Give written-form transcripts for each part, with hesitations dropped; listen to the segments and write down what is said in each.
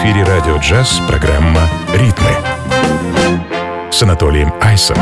эфире радио «Джаз» программа «Ритмы» с Анатолием Айсом.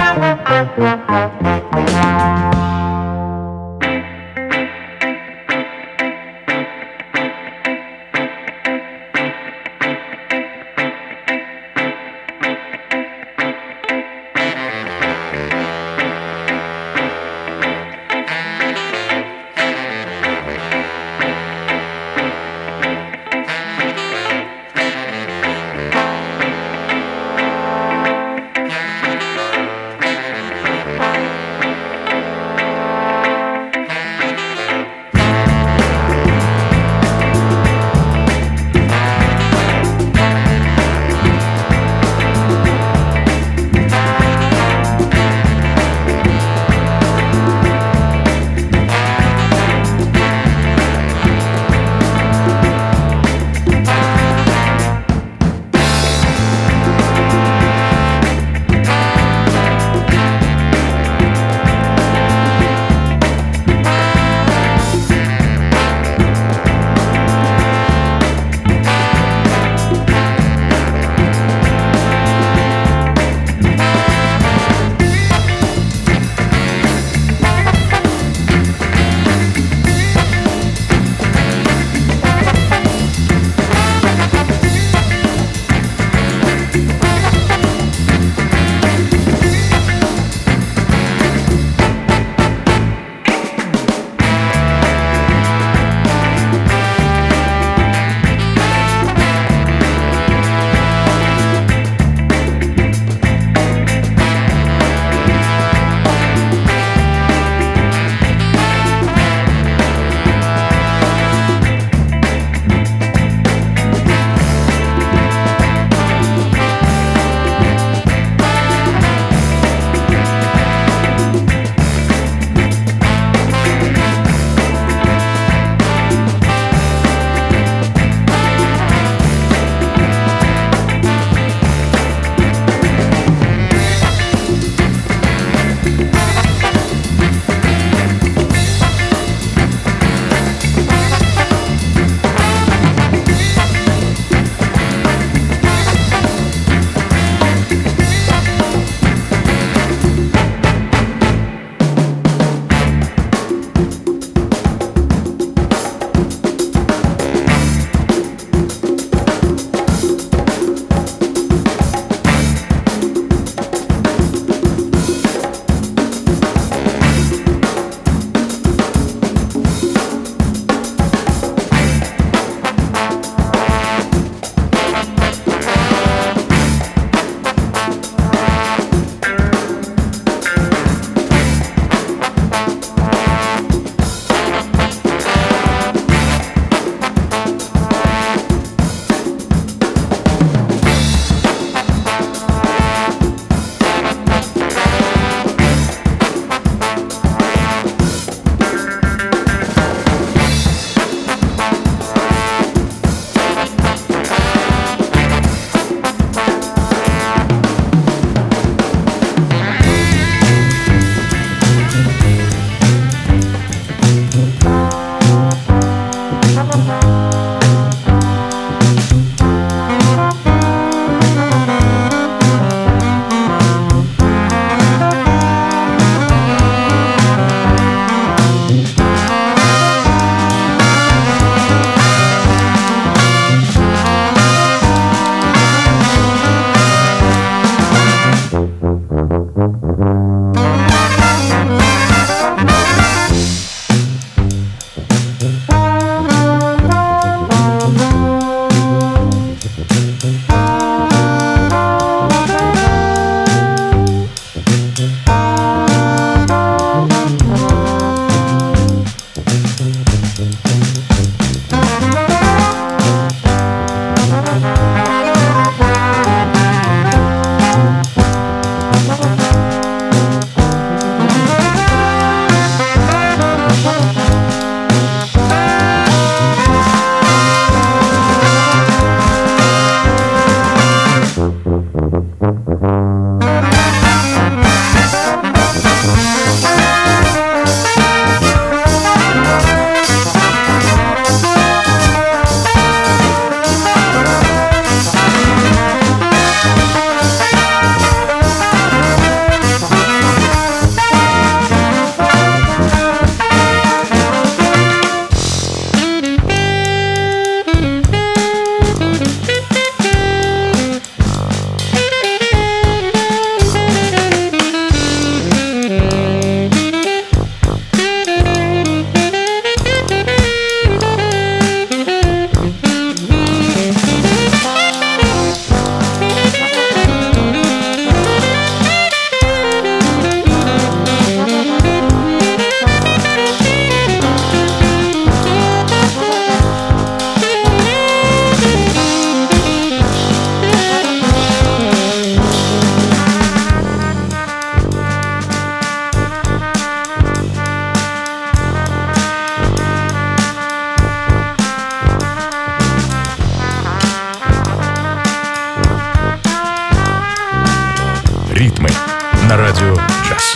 на радио «Джаз».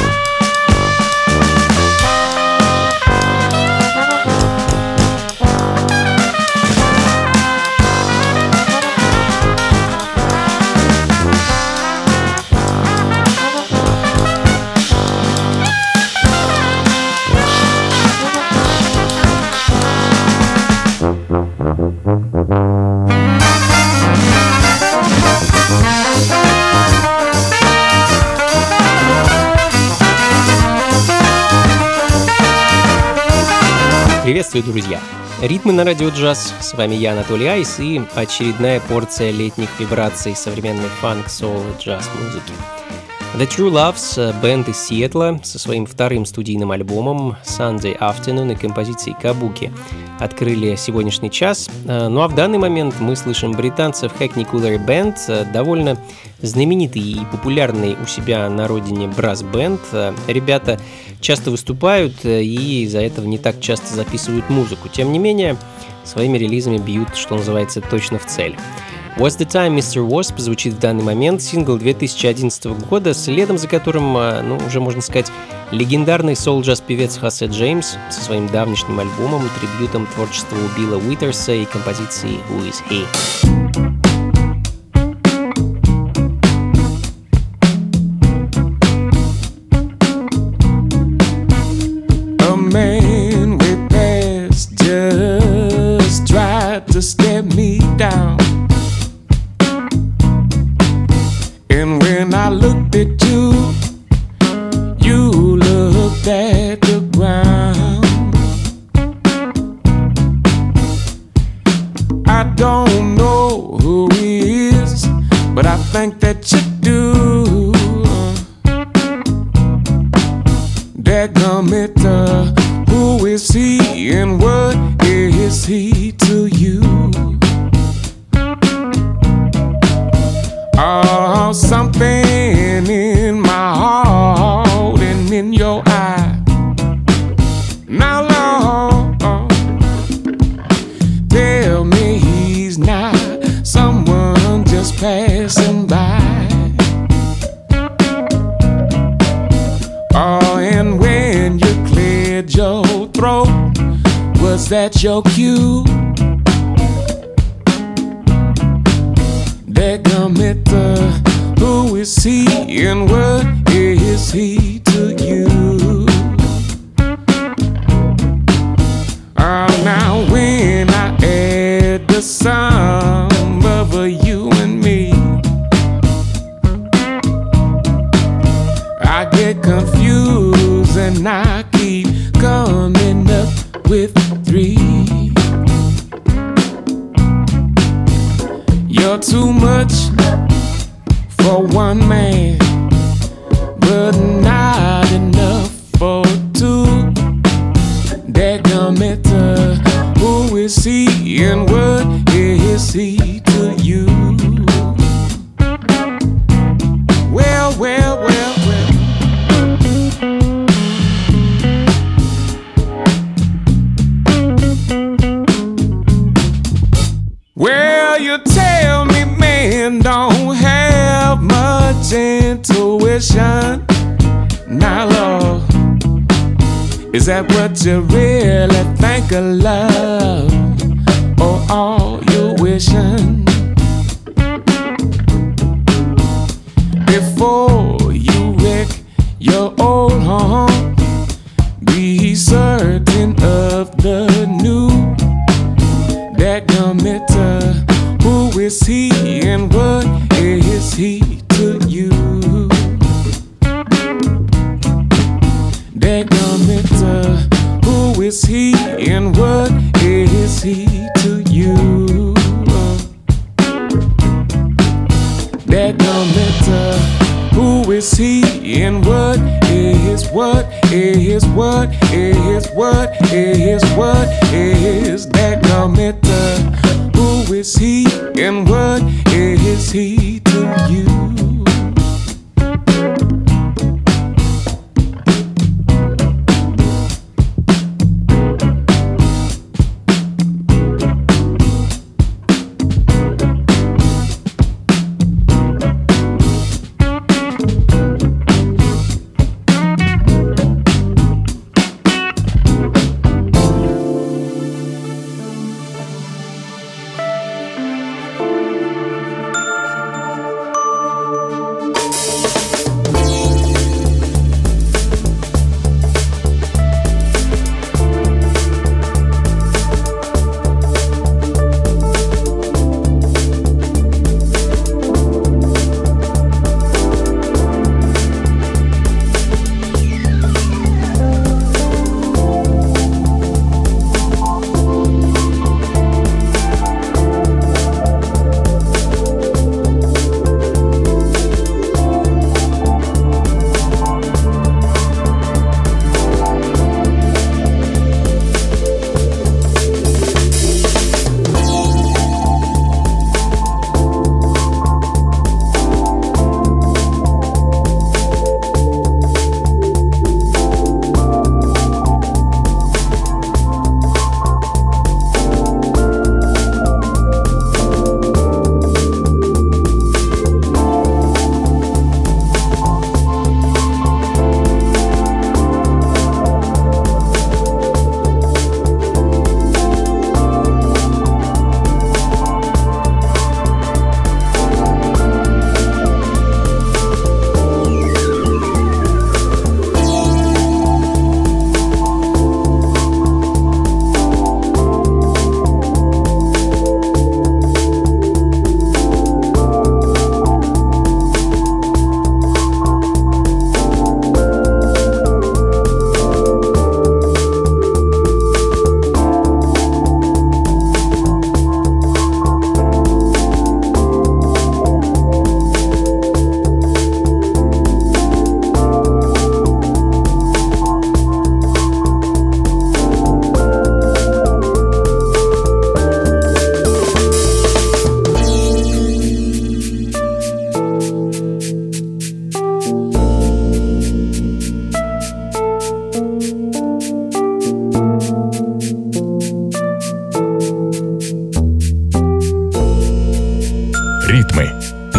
Приветствую, друзья! Ритмы на радио «Джаз». С вами я, Анатолий Айс, и очередная порция летних вибраций современной фанк, соул и джаз-музыки. The True Loves, бэнд из Сиэтла, со своим вторым студийным альбомом Sunday Afternoon и композицией Kabuki открыли сегодняшний час. Ну а в данный момент мы слышим британцев Hackney Coulee Band, довольно знаменитый и популярный у себя на родине брас-бэнд. Ребята часто выступают и из-за этого не так часто записывают музыку. Тем не менее, своими релизами бьют, что называется, точно в цель. What's the Time, Mr. Wasp звучит в данный момент, сингл 2011 года, следом за которым, уже можно сказать, легендарный соул-джаз-певец Хосе Джеймс со своим давнишним альбомом и трибьютом творчеству Билла Уитерса и композицией Who Is He? A man with past just tried to step me down. And when I looked at you, you looked at the ground. I don't know who he is, but I think that you do. Dadgummit, who is he and what is he to you? Oh, something in my heart and in your eye. Now, Lord, tell me he's not someone just passing by. Oh, and when you cleared your throat, was that your cue? Dadgummit, who is he and what is he to you? Now when I add the sum of you and me, I get confused and I keep coming up with 3. You're too much for one man, but not enough for 2. Dadgummit, who is he and what is he to you? Well, well, well, well. Well, you tell me men don't have much intuition. Now, Lord, is that what you really think of love? Or all you wishing? Before you wreck your old home, be certain of the new. Dadgummit, who is he and what is he to you? Dadgummit, who is he and what is he to you? Dadgummit, who is he and what is Dadgummit, who is he and what is he to you?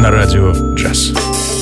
на радио «Джаз».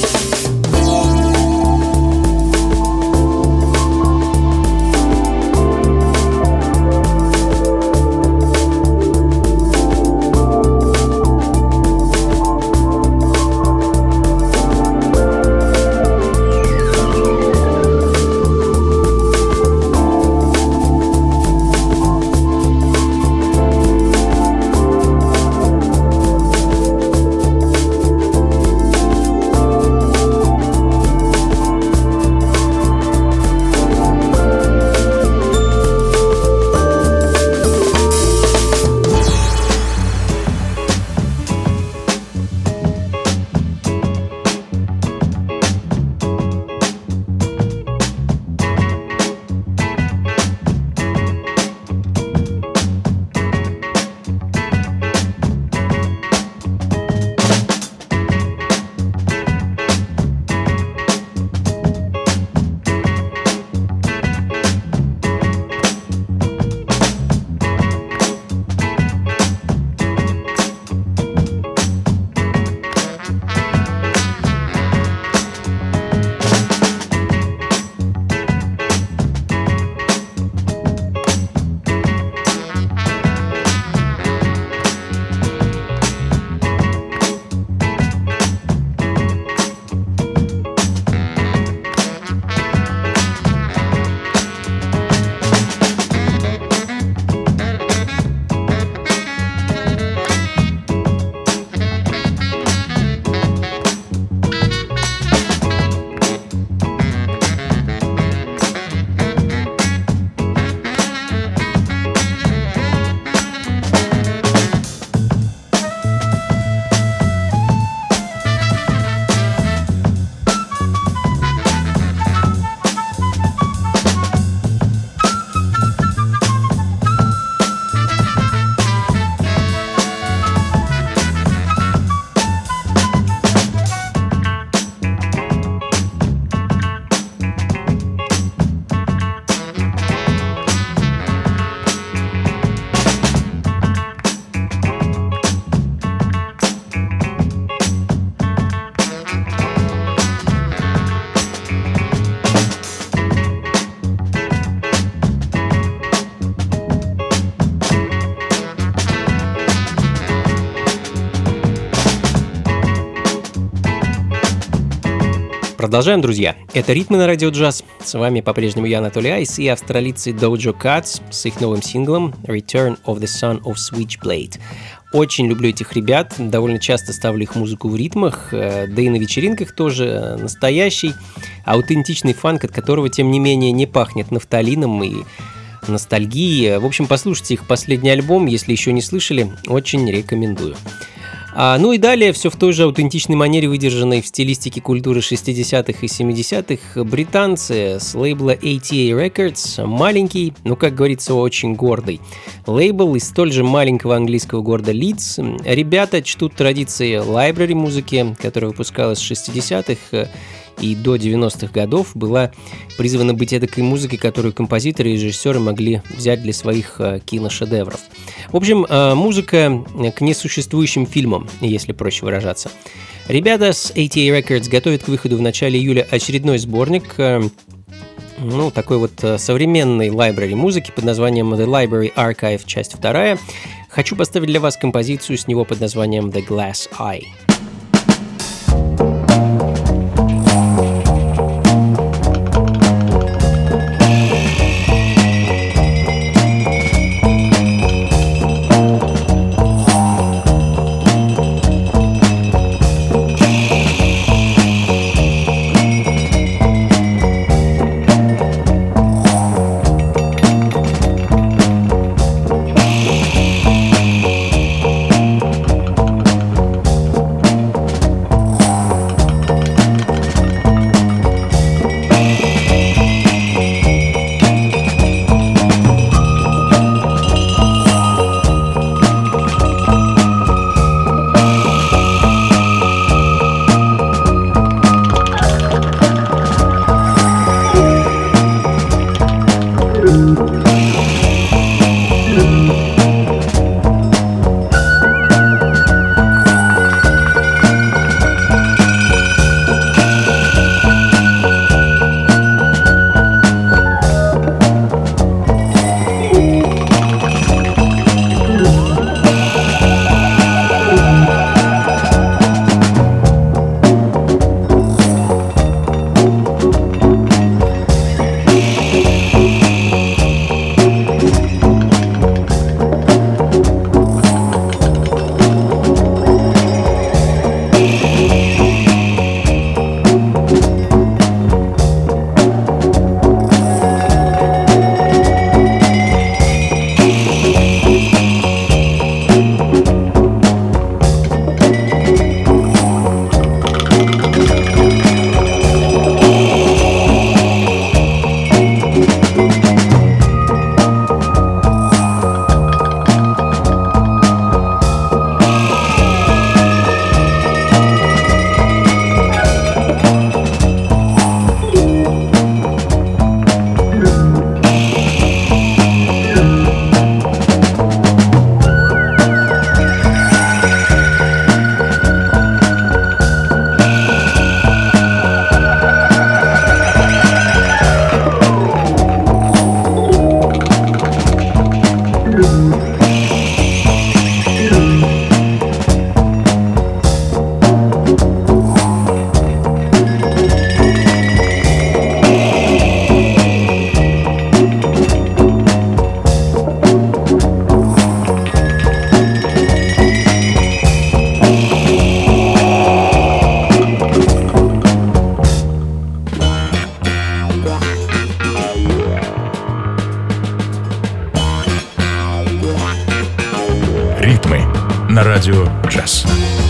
Продолжаем, друзья. Это «Ритмы на радио джаз». С вами по-прежнему я, Анатолий Айс, и австралийцы Dojo Cats с их новым синглом «Return of the Son of Switchblade». Очень люблю этих ребят, довольно часто ставлю их музыку в ритмах, да и на вечеринках тоже. Настоящий, аутентичный фанк, от которого, тем не менее, не пахнет нафталином и ностальгией. В общем, послушайте их последний альбом, если еще не слышали, очень рекомендую. Ну и далее все в той же аутентичной манере, выдержанной в стилистике культуры 60-х и 70-х, британцы с лейбла ATA Records, маленький, но, как говорится, очень гордый лейбл из столь же маленького английского города Лидс. Ребята чтут традиции лайбрери музыки, которая выпускалась с 60-х и до 90-х годов, была призвана быть эдакой музыкой, которую композиторы и режиссеры могли взять для своих киношедевров. В общем, музыка к несуществующим фильмам, если проще выражаться. Ребята с ATA Records готовят к выходу в начале июля очередной сборник, такой вот современной лайбрери музыки под названием The Library Archive, часть 2. Хочу поставить для вас композицию с него под названием The Glass Eye. на радио «Джаз».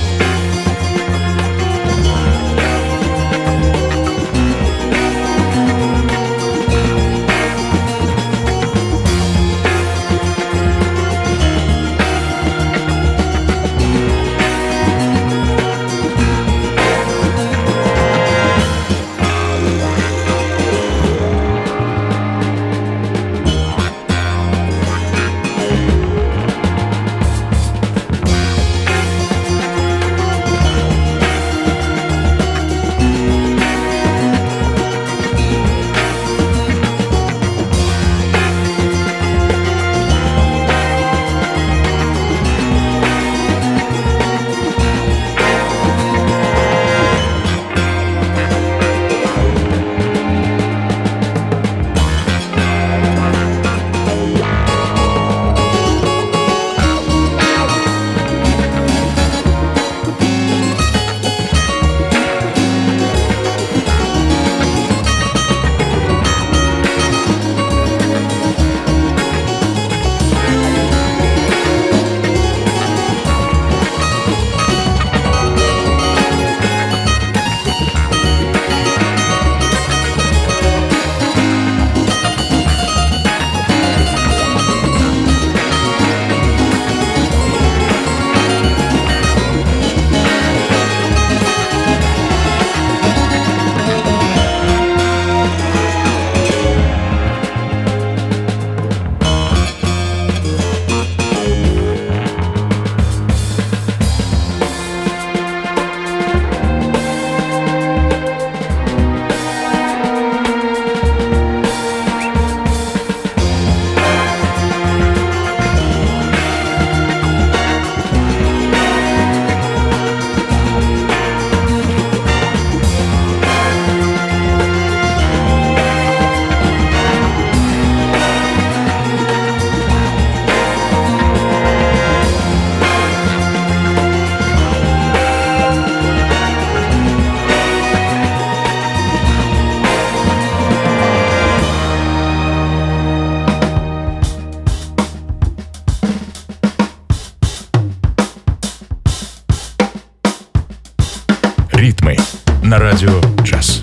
Ритмы на радио «Джаз».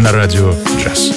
на радио «Джаз».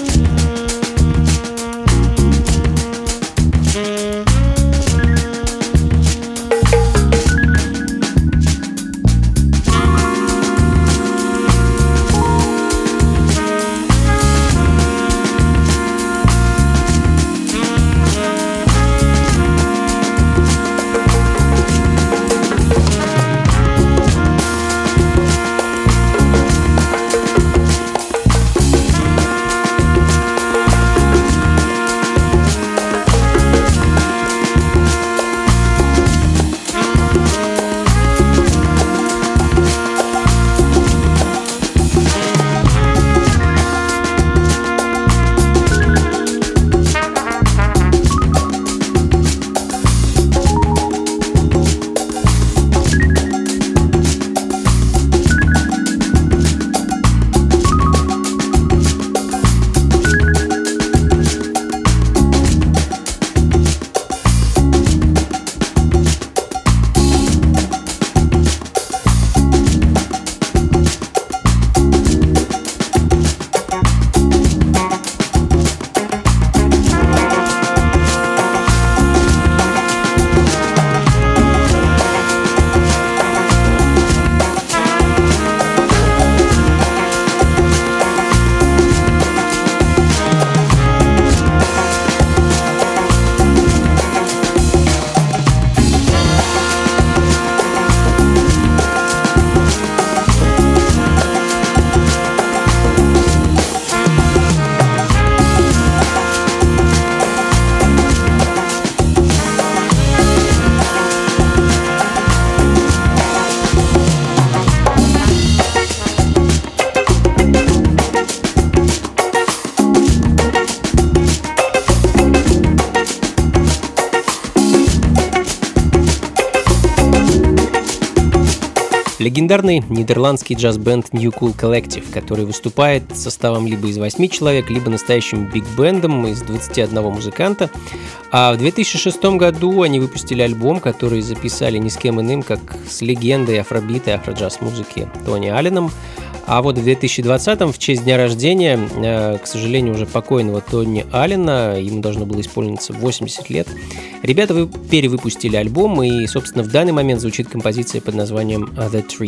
Легендарный нидерландский джаз-бенд New Cool Collective, который выступает составом либо из 8 человек, либо настоящим биг-бендом из 21 музыканта. А в 2006 году они выпустили альбом, который записали ни с кем иным, как с легендой афробита и афроджаз-музыки Тони Алленом. А вот в 2020-м, в честь дня рождения, к сожалению, уже покойного Тони Аллена, ему должно было исполниться 80 лет, ребята перевыпустили альбом, и, собственно, в данный момент звучит композиция под названием «The Trip».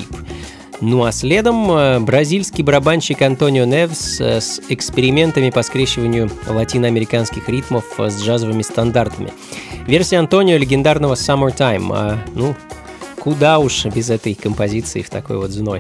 Ну а следом бразильский барабанщик Антонио Невс с экспериментами по скрещиванию латиноамериканских ритмов с джазовыми стандартами. Версия Антонио легендарного «Summertime». Ну, куда уж без этой композиции в такой вот зной.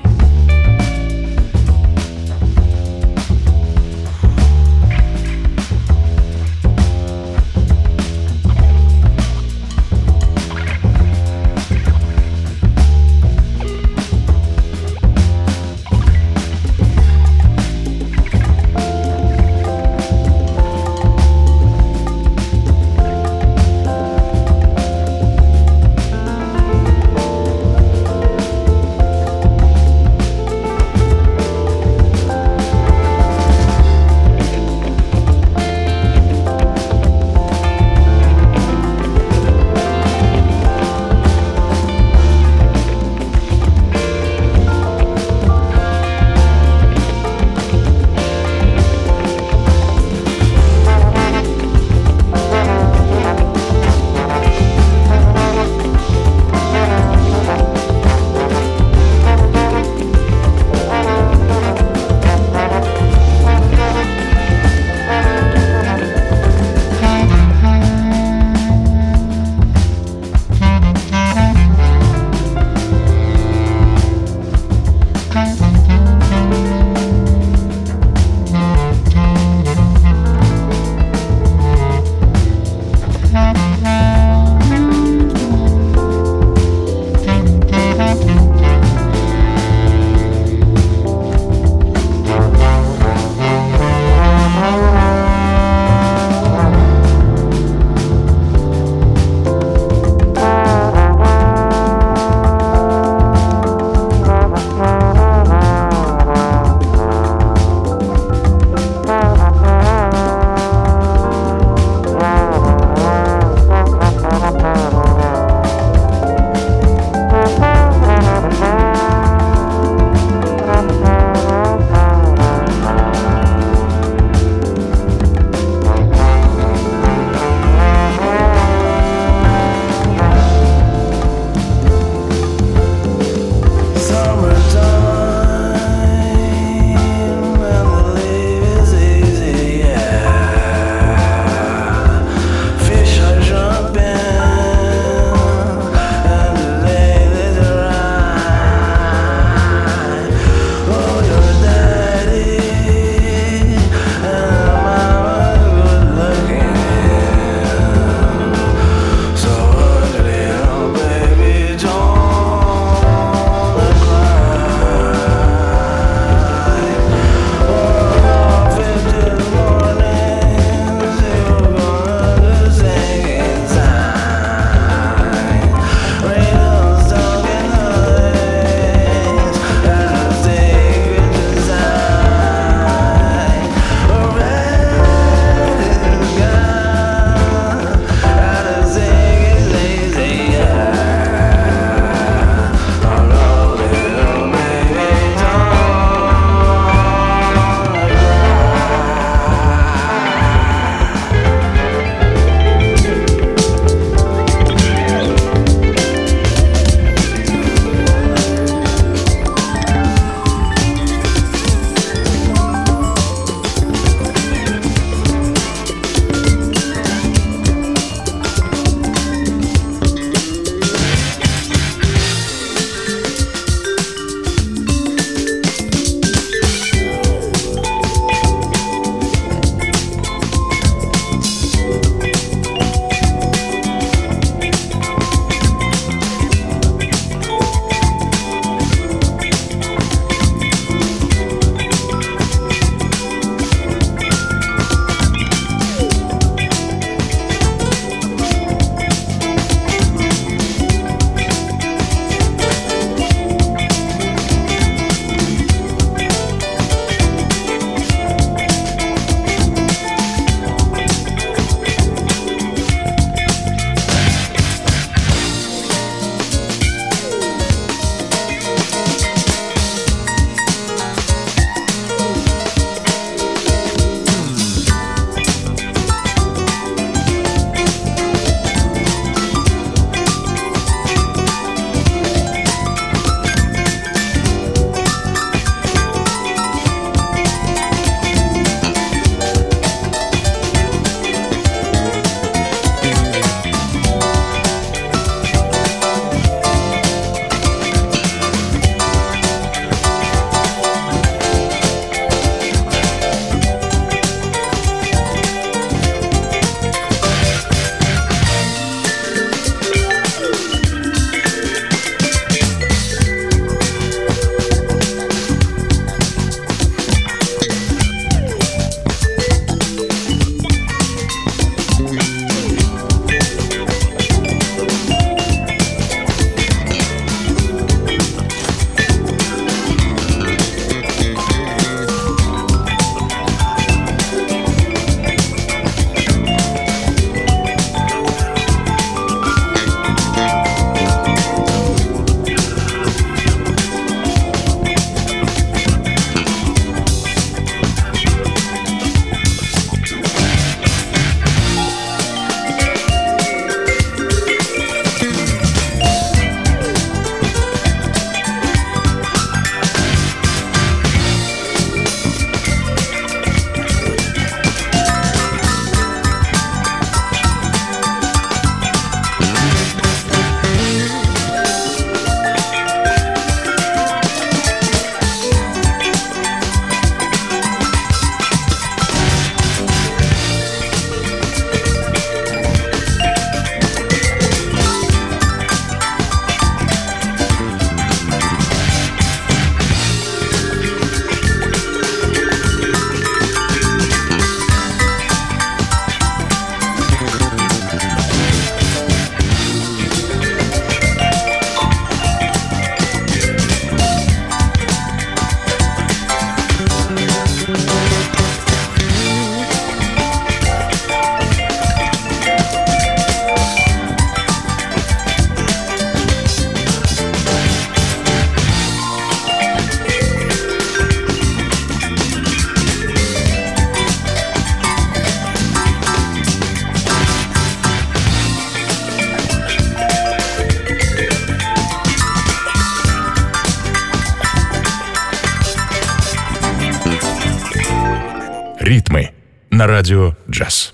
на радио «Джаз».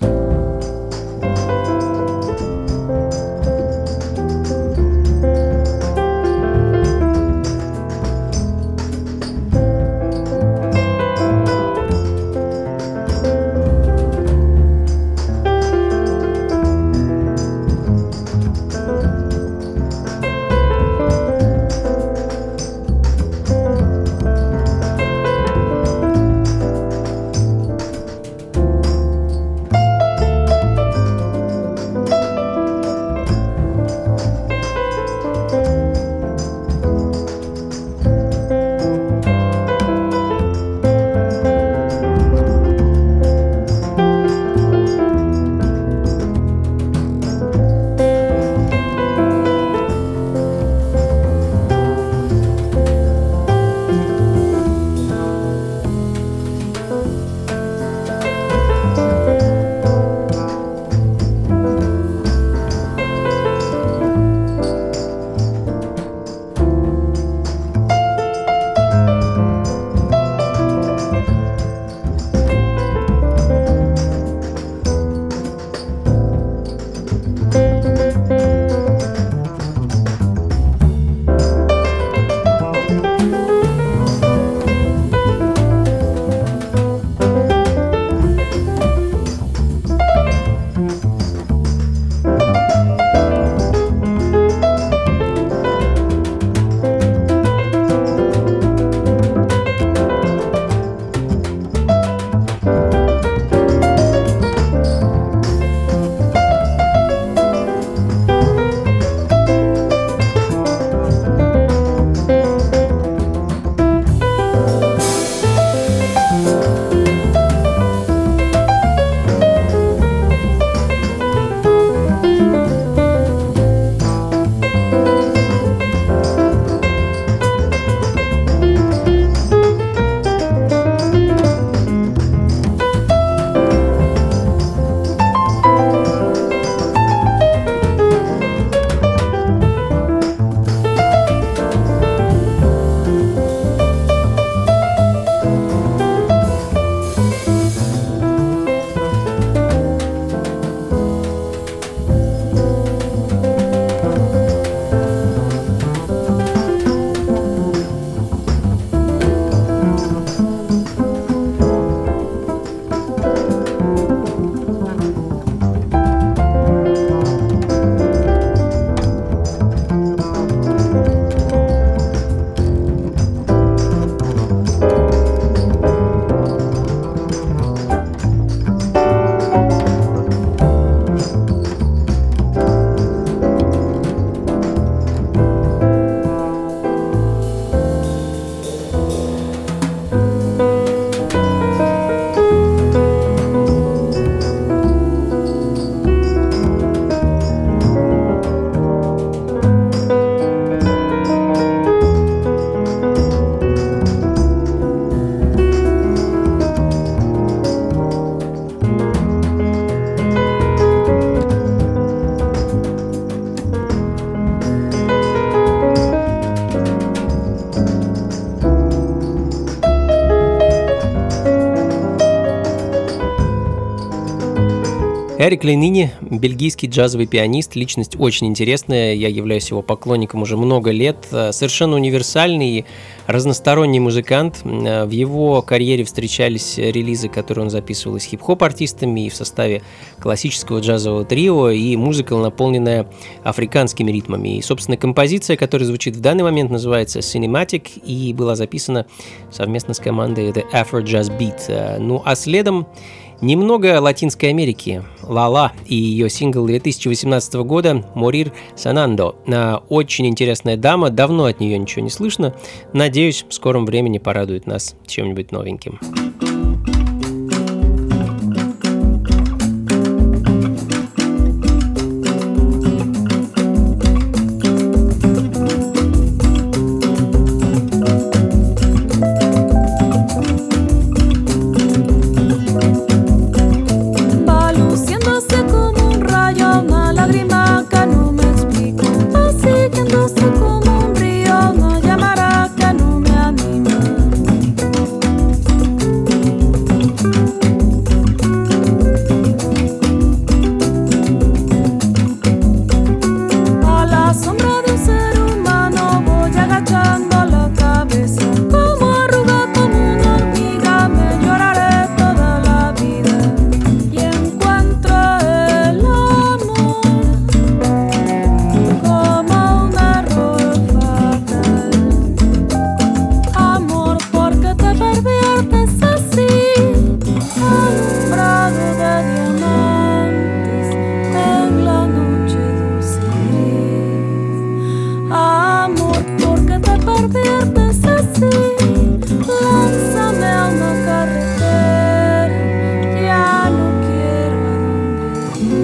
Эрик Ленини, бельгийский джазовый пианист, личность очень интересная, я являюсь его поклонником уже много лет, совершенно универсальный и разносторонний музыкант. В его карьере встречались релизы, которые он записывал и с хип-хоп-артистами, и в составе классического джазового трио, и музыка, наполненная африканскими ритмами. И, собственно, композиция, которая звучит в данный момент, называется Cinematic и была записана совместно с командой The Afro Jazz Beat. Ну а следом немного Латинской Америки. Ла-Ла и ее сингл 2018 года «Morir Sanando». Очень интересная дама, давно от нее ничего не слышно. Надеюсь, в скором времени порадует нас чем-нибудь новеньким. Como un río, no llamará que no me anima. lánzame a una carretera, ya no quiero a dónde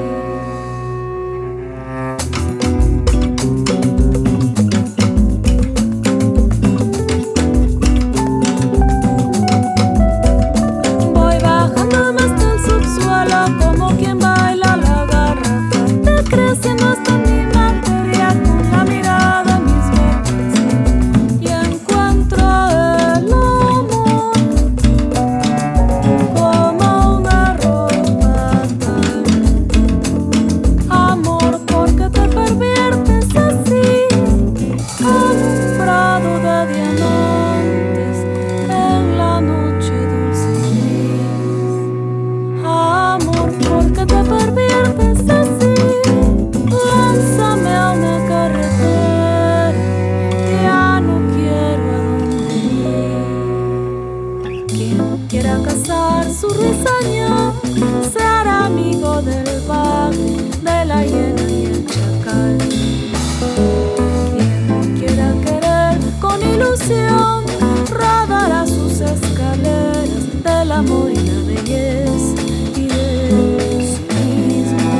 ir. Voy bajando más del subsuelo como quien baila la garrafa, decreciendo hasta mi materia con la mirada en mis venas, y encuentro el amor como una ropa tal. Amor, porque te perviertes así, alumbrado de diamantes en la noche dulce y gris. Amor, porque te perviertes así, lánzame a una carretera, ya no quiero a dónde ir. Quien quiera cazar su ruiseñor se hará amigo del bagre, de la hiena y el chacal. Quien quiera querer con ilusión rodará sus escaleras del amor y la belleza y de sí mismo.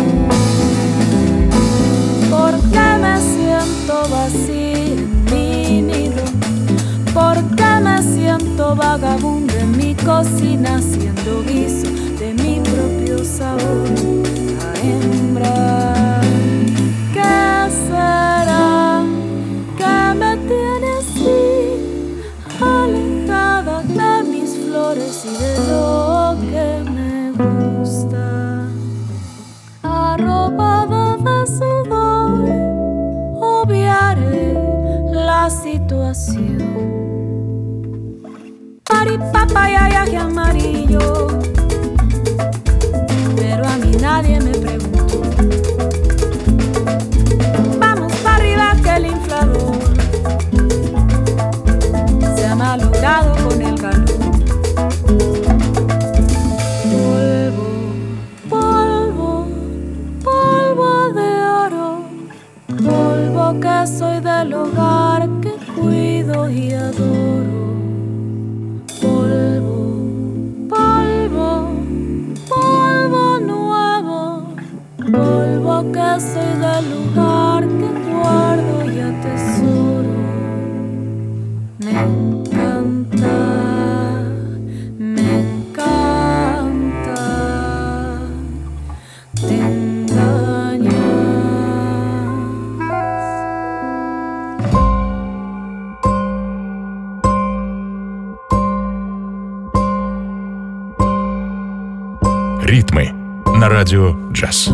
Porque me siento vacía en mi nido, porque me siento vagabunda en mi cocina haciendo guiso de mi propio sabor a hembra. ¿Qué será que me tiene así, alejada de mis flores y de lo que me gusta? Arrobada de sudor, obviaré la situación. Papayaya amarillo, pero a mí nadie me preguntó. Vamos para arriba que el inflador se ha malogrado con el calor. Polvo, polvo, polvo de oro, polvo que soy del hogar que cuido y adoro. Polvo, polvo, polvo nuevo, polvo que soy del lugar que guardo y atesoro. Me encanta, me encanta, te engañas. Ритмы на радио «Джаз».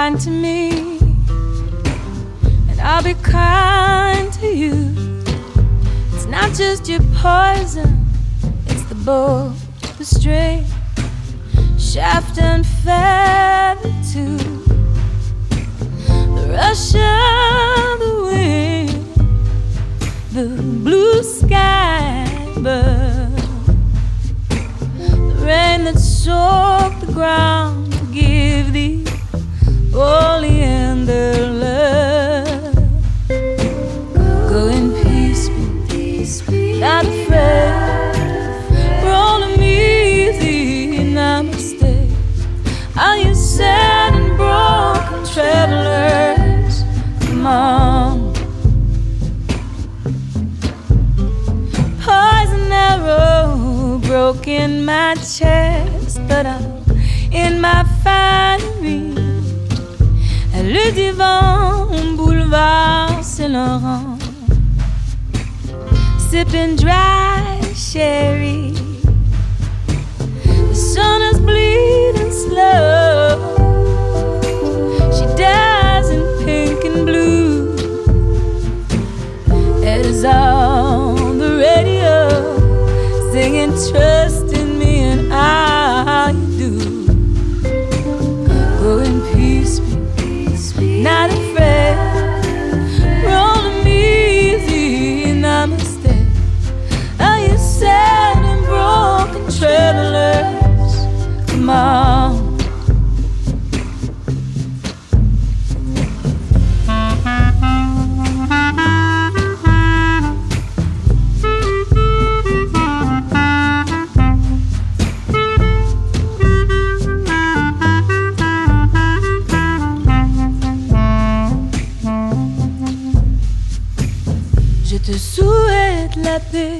kind to me, and I'll be kind to you. It's not just your poison, it's the bow, the string, shaft and feather too, the rush of the wind, the blue sky bird, the rain that soaked the ground to give thee oleander love. Go in peace, not afraid, roll them easy, namaste. All you sad and broken travelers, come on. Poison arrow broke in my chest, but I'm in my finery. Le divan, boulevard Saint-Laurent, sipping dry sherry. The sun is bleeding slow. She dies in pink and blue. It is on the radio, singing trust in me and I do. Go in peace, not afraid, roll them easy, namaste. Are you sad and broken travelers? Come on. Je te souhaite la paix,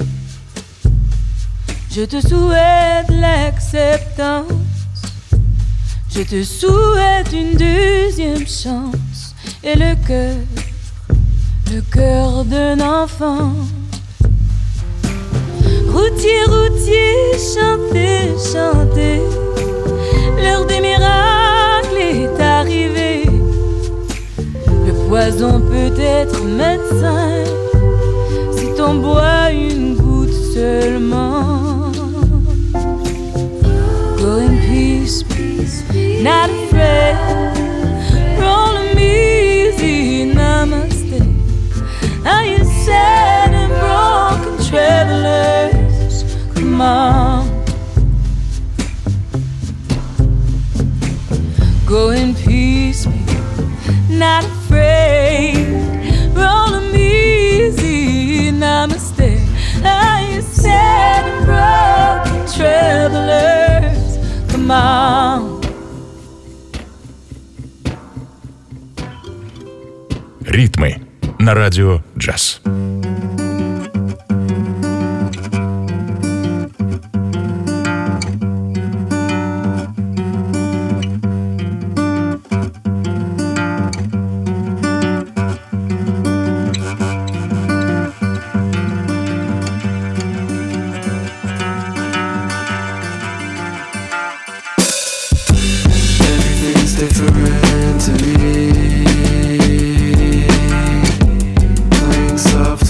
je te souhaite l'acceptance, je te souhaite une deuxième chance et le cœur d'un enfant. Routier, routier, chantez, chantez, l'heure des miracles est arrivée. Le poison peut être médecin si t'en bois une goutte seulement. Go in peace, not afraid, roll them easy, namaste. Are you sad and broken travelers? Come on. Go in peace, not afraid, roll them easy, namaste. Are you sad and broken travelers? Come on. Ритмы на радио «Джаз». Different to me, playing soft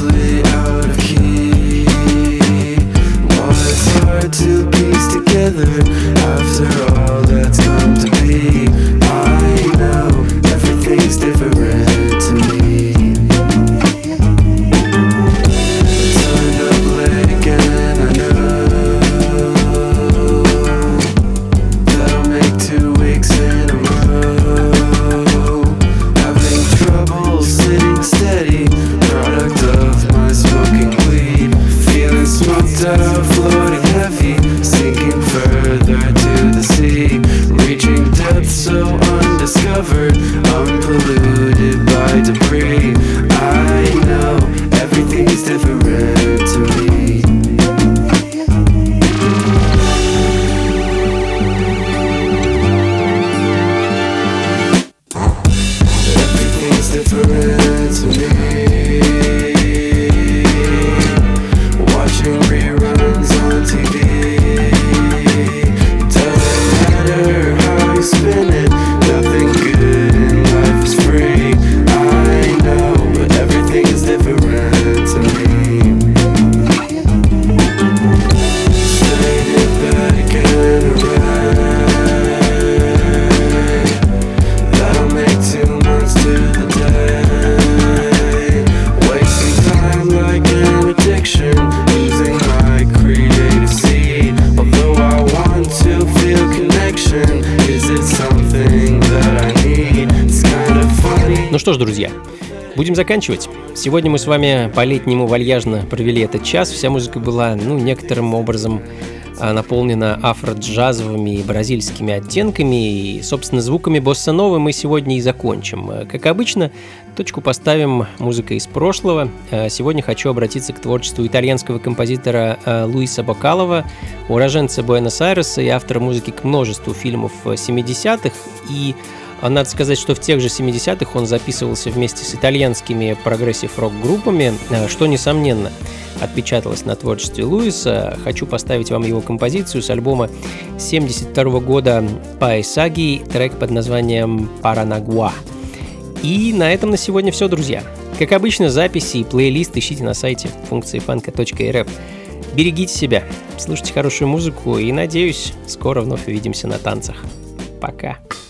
что ж, друзья, будем заканчивать. Сегодня мы с вами по-летнему вальяжно провели этот час. Вся музыка была, некоторым образом наполнена афро-джазовыми и бразильскими оттенками, и, собственно, звуками босса-новы мы сегодня и закончим. Как обычно, точку поставим музыкой из прошлого. Сегодня хочу обратиться к творчеству итальянского композитора Луиса Бакалова, уроженца Буэнос-Айреса и автора музыки к множеству фильмов 70-х. И надо сказать, что в тех же 70-х он записывался вместе с итальянскими прогрессив-рок-группами, что, несомненно, отпечаталось на творчестве Луиса. Хочу поставить вам его композицию с альбома 1972 года «Paesaghi», трек под названием «Paranagua». И на этом на сегодня все, друзья. Как обычно, записи и плейлист ищите на сайте функциифанка.рф. Берегите себя, слушайте хорошую музыку и, надеюсь, скоро вновь увидимся на танцах. Пока.